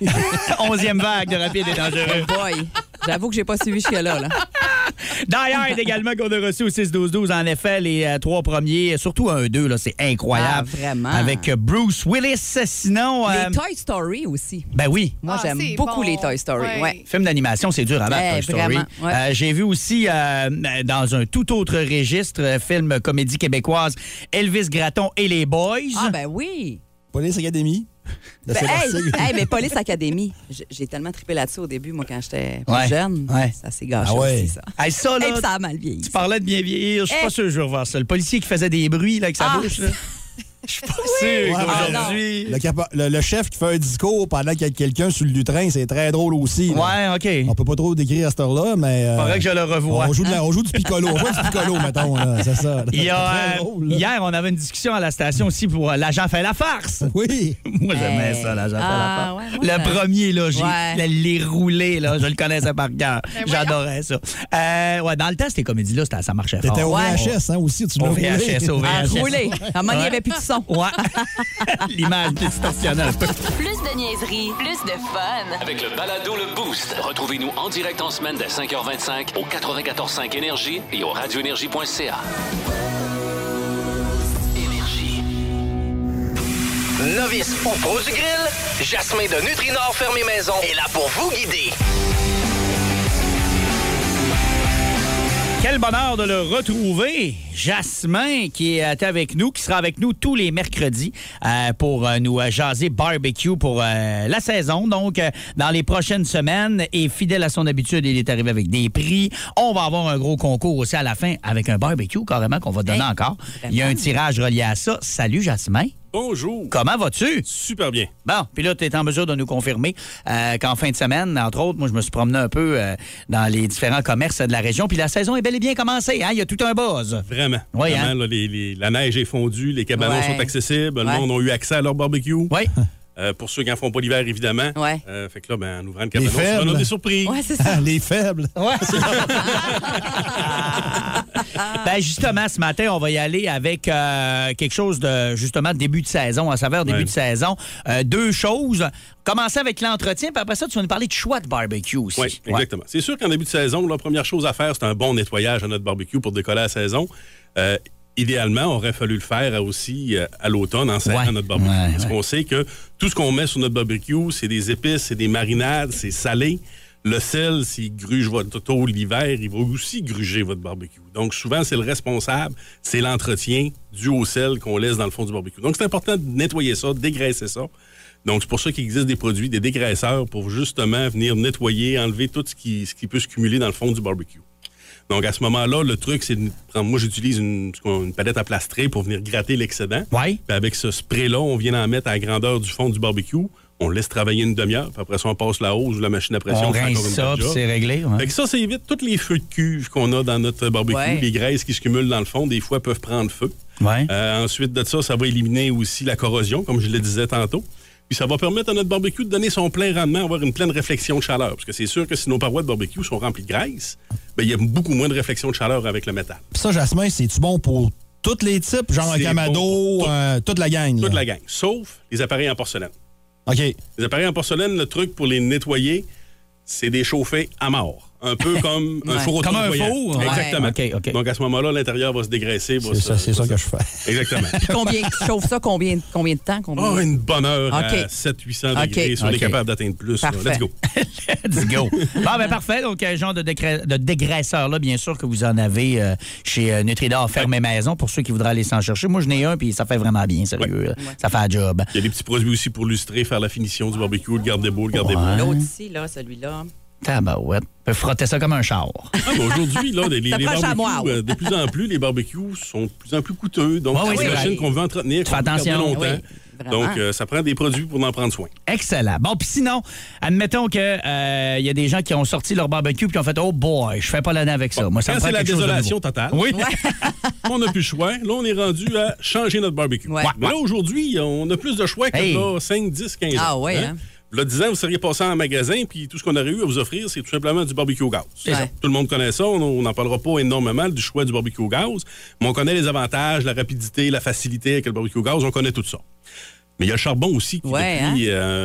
11e vague de Rapide et dangereux. Boy, j'avoue que j'ai pas suivi jusque-là. Là. Die Hard également qu'on a reçu au 6-12-12. En effet, les 3 premiers, surtout 1-2, là, c'est incroyable. Vraiment. Avec Bruce Willis. Sinon... Les Toy Story aussi. Ben oui. Moi, j'aime beaucoup les Toy Story. Ouais. Film d'animation, c'est dur à battre, Toy Story. J'ai vu aussi, dans un tout autre registre, film comédie québécoise, Elvis Gratton et les Boys. Ah ben oui. Police Academy. Mais Police Academy, j'ai tellement trippé là-dessus au début, moi, quand j'étais plus jeune. Ça s'est gâché aussi, ça. Ça, là, et puis ça a mal vieilli. Tu parlais de bien vieillir, je suis pas sûr que je vais revoir ça. Le policier qui faisait des bruits là, avec sa bouche. Là. Je suis pas sûr Ouais, qu'aujourd'hui... Le chef qui fait un discours pendant qu'il y a quelqu'un sur le lutrin, c'est très drôle aussi. Là. Ouais, OK. On peut pas trop décrire à cette heure-là, mais... Faudrait que je le revoie. On joue du piccolo. On joue du piccolo, mettons. Là, c'est ça. Il y a, Très drôle, là. hier, on avait une discussion à la station aussi pour L'agent fait la farce. Oui. Moi, j'aimais ça, L'agent fait la farce. Ouais, Le premier, là, Ouais. les roulés, là, je le connaissais par cœur. J'adorais ça. Ouais, dans le temps, ces comédies-là, ça marchait fort. T'étais au VHS, hein, aussi. Tu Au l'as VHS, au À VHS. rouler. À un moment, il n'y avait plus de son. Ouais. L'image distorsionnée un peu. Plus de niaiserie, plus de fun. Avec le balado Le Boost, retrouvez-nous en direct en semaine dès 5h25 au 94.5 Énergie et au radioénergie.ca. Novice ou pro du grill, Jasmin de Nutrinor Fermé Maison est là pour vous guider. Quel bonheur de le retrouver. Jasmin qui est avec nous, qui sera avec nous tous les mercredis pour nous jaser barbecue pour la saison. Donc, dans les prochaines semaines, et fidèle à son habitude, il est arrivé avec des prix. On va avoir un gros concours aussi à la fin avec un barbecue carrément qu'on va donner encore. Il y a un tirage relié à ça. Salut Jasmin. Bonjour. Comment vas-tu? Super bien. Bon, puis là, tu es en mesure de nous confirmer qu'en fin de semaine, entre autres, moi, je me suis promené un peu dans les différents commerces de la région, puis la saison est bel et bien commencée. Hein? Il y a tout un buzz. Vraiment. Oui, Vraiment, hein? là, la neige est fondue, les cabanons sont accessibles, le monde a eu accès à leur barbecue. Oui. Pour ceux qui n'en font pas l'hiver, évidemment. Ouais. Fait que là, en ouvrant le cabanon, faibles. ça va nous des surprises. Ouais, c'est ça. Les faibles. Ouais. Ben justement, ce matin, on va y aller avec quelque chose de, justement, début de saison, à savoir début de saison. Deux choses. Commencer avec l'entretien, puis après ça, tu vas nous parler de choix de barbecue aussi. Oui, exactement. C'est sûr qu'en début de saison, la première chose à faire, c'est un bon nettoyage à notre barbecue pour décoller la saison. Idéalement, on aurait fallu le faire aussi à l'automne, en serrant notre barbecue. Parce qu'on sait que tout ce qu'on met sur notre barbecue, c'est des épices, c'est des marinades, c'est salé. Le sel, s'il gruge votre auto l'hiver, il va aussi gruger votre barbecue. Donc, souvent, c'est le responsable, c'est l'entretien dû au sel qu'on laisse dans le fond du barbecue. Donc, c'est important de nettoyer ça, de dégraisser ça. Donc, c'est pour ça qu'il existe des produits, des dégraisseurs, pour justement venir nettoyer, enlever tout ce qui peut se cumuler dans le fond du barbecue. Donc, à ce moment-là, le truc, c'est de prendre... Moi, j'utilise une palette à plastrer pour venir gratter l'excédent. Oui. Puis avec ce spray-là, on vient en mettre à la grandeur du fond du barbecue. On le laisse travailler une demi-heure. Puis après ça, on passe la hausse ou la machine à pression. On rince ça, puis c'est réglé. Ouais. Fait que ça évite tous les feux de cuve qu'on a dans notre barbecue. Ouais. Les graisses qui se cumulent dans le fond, des fois, peuvent prendre feu. Ouais. Ensuite de ça va éliminer aussi la corrosion, comme je le disais tantôt. Puis ça va permettre à notre barbecue de donner son plein rendement, avoir une pleine réflexion de chaleur. Parce que c'est sûr que si nos parois de barbecue sont remplies de graisse, ben, il y a beaucoup moins de réflexion de chaleur avec le métal. Puis ça, Jasmin, c'est-tu bon pour tous les types, genre un C'est Kamado, bon toute la gang? Toute là? la gang, sauf les appareils en porcelaine. OK. Les appareils en porcelaine, le truc pour les nettoyer, c'est des chauffés à mort. Un peu comme un four Comme un auto-nettoyant. four? Ouais. Exactement. OK. Donc, à ce moment-là, l'intérieur va se dégraisser. C'est ça que je fais. Exactement. Combien tu chauffes ça? Combien de temps? Oh, une bonne heure OK. à 700-800 degrés. Si on est capable d'atteindre plus, là, let's go. Let's go. Bon, ben parfait. Donc, un genre de dégraisseur, là, bien sûr, que vous en avez chez Nutrinor Fermé Maison, pour ceux qui voudraient aller s'en chercher. Moi, je n'ai un, puis ça fait vraiment bien, sérieux. Ouais. Ça fait un job. Il y a des petits produits aussi pour lustrer, faire la finition du barbecue, le garde-beau, le garde-beau. L'autre ici, là, celui-là. Tabarouette. On peut frotter ça comme un char. Aujourd'hui, là, les T'approches à moi. barbecues, de plus en plus, les barbecues sont de plus en plus coûteux. Donc, Oui, c'est oui, des machines oui. qu'on veut entretenir, Fais qu'on veut garder attention. longtemps. Oui, donc, vraiment. ça prend des produits pour en prendre soin. Excellent. Bon, puis sinon, admettons que y a des gens qui ont sorti leur barbecue puis qui ont fait « Oh boy, je fais pas l'année avec ça. » Moi, ça Quand me prend c'est la quelque chose de désolation nouveau. totale, Oui. on n'a plus le choix. Là, on est rendu à changer notre barbecue. Ouais. Mais là, aujourd'hui, on a plus de choix que là, 5, 10, 15 ans. Ah ouais, hein? Là, 10 ans, vous seriez passé en magasin, puis tout ce qu'on aurait eu à vous offrir, c'est tout simplement du barbecue au gaz. C'est ça. Tout le monde connaît ça. On n'en parlera pas énormément du choix du barbecue au gaz, mais on connaît les avantages, la rapidité, la facilité avec le barbecue au gaz. On connaît tout ça. Mais il y a le charbon aussi qui, depuis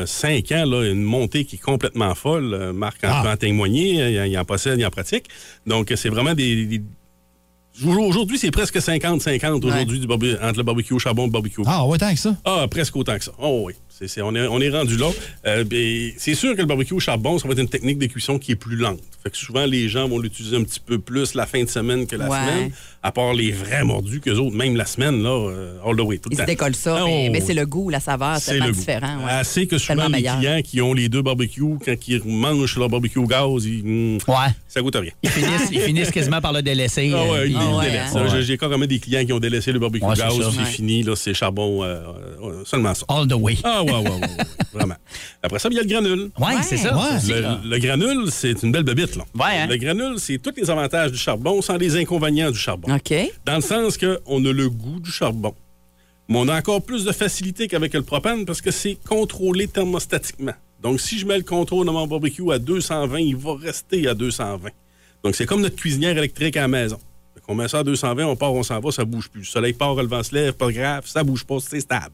5 ans, là, une montée qui est complètement folle. Marc peut en témoigner. Il en possède, il en pratique. Donc, c'est vraiment des aujourd'hui, c'est presque 50-50 aujourd'hui entre le barbecue au charbon et le barbecue au gaz. Ah, ouais, tant que ça? Ah, presque autant que ça. Oh oui. On est rendu là. C'est sûr que le barbecue au charbon, ça va être une technique de cuisson qui est plus lente. Fait que souvent, les gens vont l'utiliser un petit peu plus la fin de semaine que la semaine, à part les vrais mordus qu'eux autres, même la semaine, là, all the way, tout le temps. Ils se décollent ça, mais c'est le goût, la saveur, c'est tellement différent. Ouais. Assez que souvent, les clients qui ont les deux barbecues, quand ils mangent leur barbecue au gaz, ça goûte rien. Ils finissent quasiment par le délaisser. J'ai carrément des clients qui ont délaissé le barbecue au gaz, c'est fini, là, c'est charbon, seulement ça. All the way. Vraiment. Après ça, il y a le granule. Oui, c'est ça. Le granule, c'est une belle bébite, là. Le granule, c'est tous les avantages du charbon sans les inconvénients du charbon. Dans le sens qu'on a le goût du charbon, mais on a encore plus de facilité qu'avec le propane parce que c'est contrôlé thermostatiquement. Donc, si je mets le contrôle de mon barbecue à 220, il va rester à 220. Donc, c'est comme notre cuisinière électrique à la maison. On met ça à 220, on part, on s'en va, ça bouge plus. Le soleil part, le vent se lève, pas grave, ça bouge pas, c'est stable.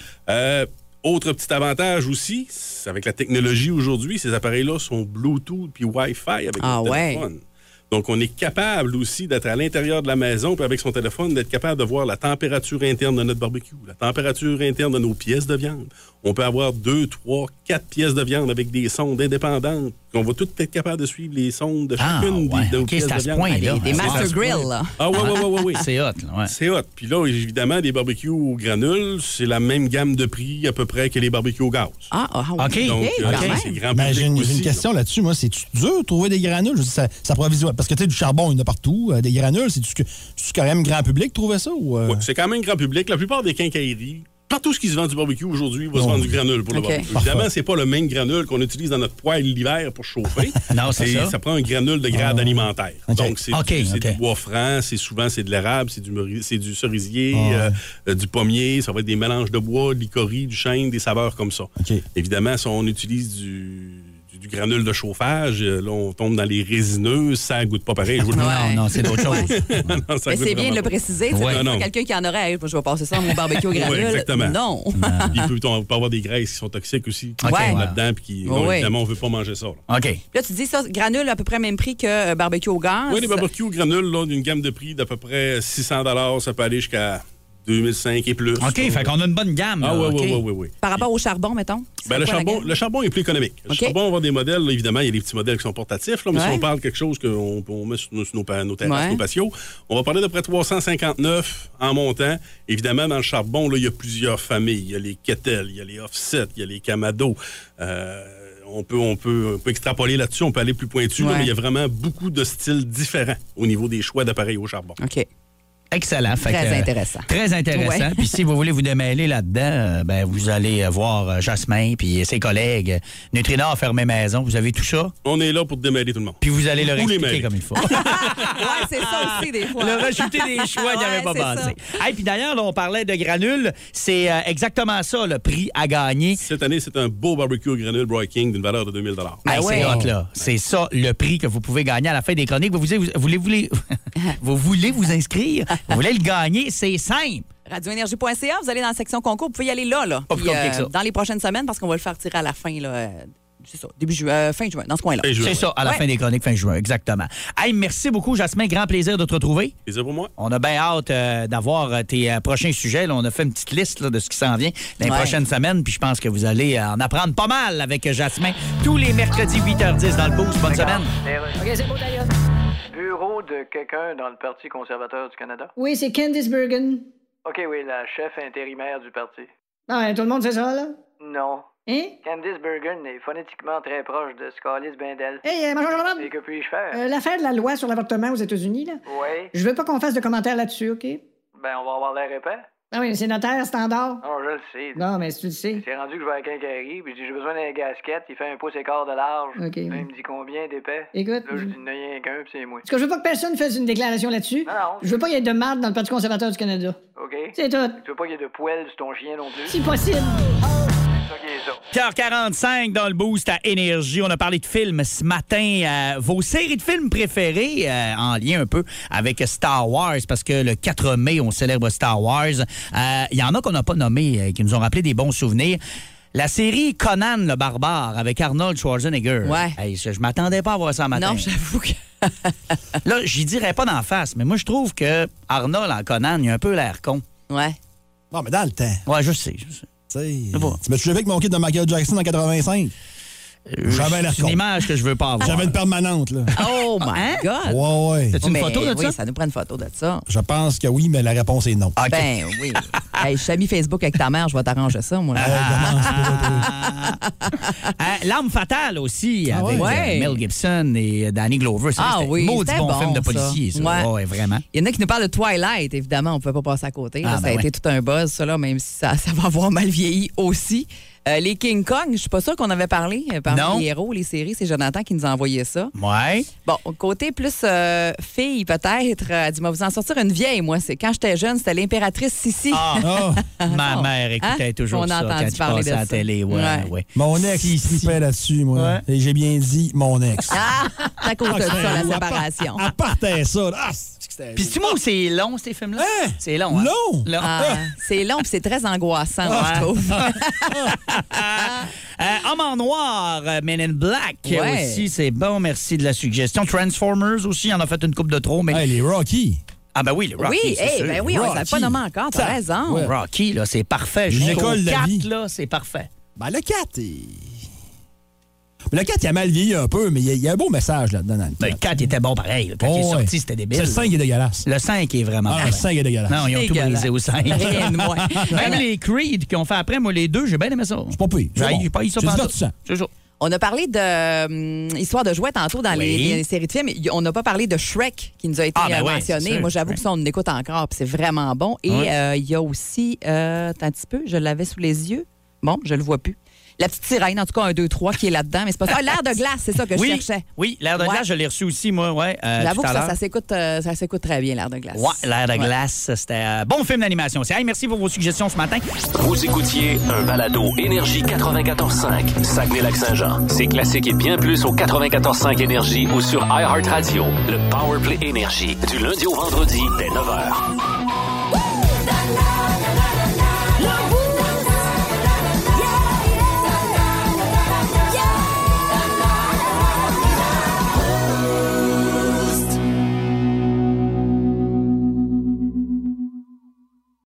Autre petit avantage aussi, avec la technologie aujourd'hui, ces appareils-là sont Bluetooth puis Wi-Fi avec le téléphone. Donc, on est capable aussi d'être à l'intérieur de la maison puis avec son téléphone, d'être capable de voir la température interne de notre barbecue, la température interne de nos pièces de viande. On peut avoir 2, 3, 4 pièces de viande avec des sondes indépendantes. On va toutes être capable de suivre les sondes de chacune de nos pièces de viande. Des Master Grill, là. Oui. C'est hot. C'est hot. Puis là, évidemment, des barbecues au granule, c'est la même gamme de prix à peu près que les barbecues au gaz. OK. Donc, c'est grand public j'ai aussi, une question là-dessus. Moi, c'est dur de trouver des granules? Je dis, ça provisionne. Parce que tu sais, du charbon, il y en a partout. Des granules, c'est quand même grand public trouver ça? Oui, c'est quand même grand public. La plupart des quincailleries, partout ce qui se vend du barbecue aujourd'hui va se vendre du granule pour le barbecue. Évidemment, c'est pas le même granule qu'on utilise dans notre poêle l'hiver pour chauffer. Non, c'est ça. Ça prend un granule de grade alimentaire. Donc, c'est du bois franc, c'est de l'érable, c'est du cerisier, du pommier, ça va être des mélanges de bois, de l'icorie, du chêne, des saveurs comme ça. Évidemment, si on utilise du granule de chauffage, là, on tombe dans les résineux, ça goûte pas pareil. Non, c'est d'autres choses. Mais c'est bien de le préciser. Quelqu'un qui en aurait, je vais passer ça à mon barbecue au granule. Exactement. Non. On peut avoir des graisses qui sont toxiques aussi, qui sont là-dedans, puis évidemment, on ne veut pas manger ça. Là, tu dis ça, granule à peu près même prix que barbecue au gaz. Oui, les barbecues au granule, d'une gamme de prix d'à peu près 600 $, ça peut aller jusqu'à 2005 et plus. OK, fait qu'on a une bonne gamme. Oui. Par rapport au charbon, mettons? Le charbon est plus économique. Le charbon, on va avoir des modèles, là, évidemment, il y a des petits modèles qui sont portatifs, là, mais si on parle de quelque chose qu'on met sur nos terrasses, nos patios, on va parler de près de 359 en montant. Évidemment, dans le charbon, là, il y a plusieurs familles. Il y a les Kettle, il y a les Offset, il y a les Kamado. On peut extrapoler là-dessus, on peut aller plus pointu, là, mais il y a vraiment beaucoup de styles différents au niveau des choix d'appareils au charbon. OK. Excellent. Très intéressant. Très intéressant. Puis si vous voulez vous démêler là-dedans, vous allez voir Jasmin puis ses collègues. Nutrinor, Fermé Maison, vous avez tout ça? On est là pour démêler tout le monde. Puis vous allez leur expliquer comme il faut. C'est ça aussi, des fois. Leur ajouter des choix qu'il n'y avait pas pensé. Puis d'ailleurs, là, on parlait de granules. C'est exactement ça, le prix à gagner. Cette année, c'est un beau barbecue au granule Broy King d'une valeur de 2000 $. C'est hot, là. C'est ça, le prix que vous pouvez gagner à la fin des chroniques. Vous voulez vous inscrire? Vous voulez le gagner, c'est simple. Radioénergie.ca, vous allez dans la section concours, vous pouvez y aller là. Puis, dans les prochaines semaines, parce qu'on va le faire tirer à la fin, là, c'est ça, fin juin, dans ce coin-là. C'est ça, à la fin des chroniques, fin juin, exactement. Hey, merci beaucoup, Jasmin, grand plaisir de te retrouver. Plaisir pour moi. On a bien hâte d'avoir tes prochains sujets. Là, on a fait une petite liste là, de ce qui s'en vient dans les prochaines semaines, puis je pense que vous allez en apprendre pas mal avec Jasmin tous les mercredis 8h10 dans le Boost. Bonne semaine. OK, c'est beau d'ailleurs. Bureau de quelqu'un dans le Parti conservateur du Canada? Oui, c'est Candice Bergen. OK, oui, la chef intérimaire du parti. Ah, tout le monde sait ça, là? Non. Hein? Candice Bergen est phonétiquement très proche de Scalis Bindel. Hey, Et que puis-je faire? L'affaire de la loi sur l'avortement aux États-Unis, là? Oui. Je veux pas qu'on fasse de commentaires là-dessus, OK? Ben, on va avoir l'air épais. Ah oui, c'est notaire standard. Non, je le sais. Non, mais si tu le sais. C'est rendu que je vais à la quincaillerie, puis je dis j'ai besoin d'un gasket, il fait 1,25 pouces de large. OK. Là, il me dit combien d'épais. Écoute. Là, je dis il n'y en a rien qu'un, puis c'est moi. Parce que je veux pas que personne fasse une déclaration là-dessus. Non. Je veux pas qu'il y ait de marde dans le Parti conservateur du Canada. OK. C'est tout. Tu veux pas qu'il y ait de poêle sur ton chien non plus? Si possible. 8h45 dans le Boost à Énergie. On a parlé de films ce matin. Vos séries de films préférées en lien un peu avec Star Wars, parce que le 4 mai, on célèbre Star Wars. Il y en a qu'on n'a pas nommé, qui nous ont rappelé des bons souvenirs. La série Conan le barbare avec Arnold Schwarzenegger. Ouais. Hey, je m'attendais pas à voir ça ce matin. Non, j'avoue que... Là, j'y dirais pas d'en face, mais moi, je trouve que Arnold en Conan, il a un peu l'air con. Ouais. Non, mais dans le temps. Ouais, je sais. Tu m'as-tu avec mon kit de Michael Jackson en 85? J'avais l'air C'est une image que je veux pas avoir. J'avais une permanente, là. Oh my God! Ouais. T'as-tu une photo de ça? Oui, ça nous prend une photo de ça. Je pense que oui, mais la réponse est non. Okay. Ben oui. Hey, je suis ami Facebook avec ta mère, je vais t'arranger ça, moi. L'arme fatale aussi, avec ouais. Mel Gibson et Danny Glover. C'était un maudit bon film de policier, ça. Ouais, vraiment. Il y en a qui nous parlent de Twilight, évidemment, on ne peut pas passer à côté. Là, ça a été tout un buzz, ça, là, même si ça va avoir mal vieilli aussi. Les King Kong, je suis pas sûre qu'on avait parlé parmi les héros, les séries. C'est Jonathan qui nous a envoyé ça. Ouais. Bon, côté plus fille, peut-être, elle dit, moi, vous en sortir une vieille, moi. C'est quand j'étais jeune, c'était l'impératrice Sissi. Ma mère écoutait toujours ça quand tu passais à la télé. Ouais. Mon ex, il tripait là-dessus, moi. Ouais. Et j'ai bien dit mon ex. C'est à cause de ça, la séparation. Elle partait ça. Puis tu vois où c'est long, ces films-là? C'est long. Hein? Long? C'est long, puis c'est très angoissant, je trouve. Homme en noir, Men in Black aussi, c'est bon, merci de la suggestion. Transformers aussi, on a fait une coupe de trop. Mais... les Rocky. Ah ben oui, les Rocky, oui, oui, on ne savait pas nommer encore, t'as raison. Ouais. Rocky, là, c'est parfait. L'école de la vie. 4, là, c'est parfait. Ben, le 4, le 4, il a mal vieilli un peu, mais il y a un beau message là-dedans. Le 4, il était bon pareil. Quand il est sorti, c'était débile. Le 5 est dégueulasse. Le 5 est vraiment bon. Le 5 est dégueulasse. Non, ils ont tout brisé au 5. Rien de moins. Même les Creed qui ont fait après, moi, les deux, j'ai bien aimé ça. C'est pas pire. J'ai pas eu ça pendant tout. C'est ça. On a parlé de Histoire de jouets tantôt dans les séries de films. On n'a pas parlé de Shrek qui nous a été mentionné. Moi, j'avoue que ça, on l'écoute encore, puis c'est vraiment bon. Et il y a aussi, un petit peu, je l'avais sous les yeux. Bon, je le vois plus. La petite sirène, en tout cas, 1, 2, 3 qui est là-dedans, mais c'est pas ça. L'air de glace, c'est ça que je cherchais. Oui, l'air de glace, je l'ai reçu aussi, moi, j'avoue que ça s'écoute très bien, l'air de glace. Ouais, l'air de glace, c'était un bon film d'animation. Merci pour vos suggestions ce matin. Vous écoutiez un balado Énergie 94.5, Saguenay-Lac-Saint-Jean. C'est classique et bien plus au 94.5 Énergie ou sur iHeartRadio. Le Powerplay Énergie, du lundi au vendredi, dès 9h.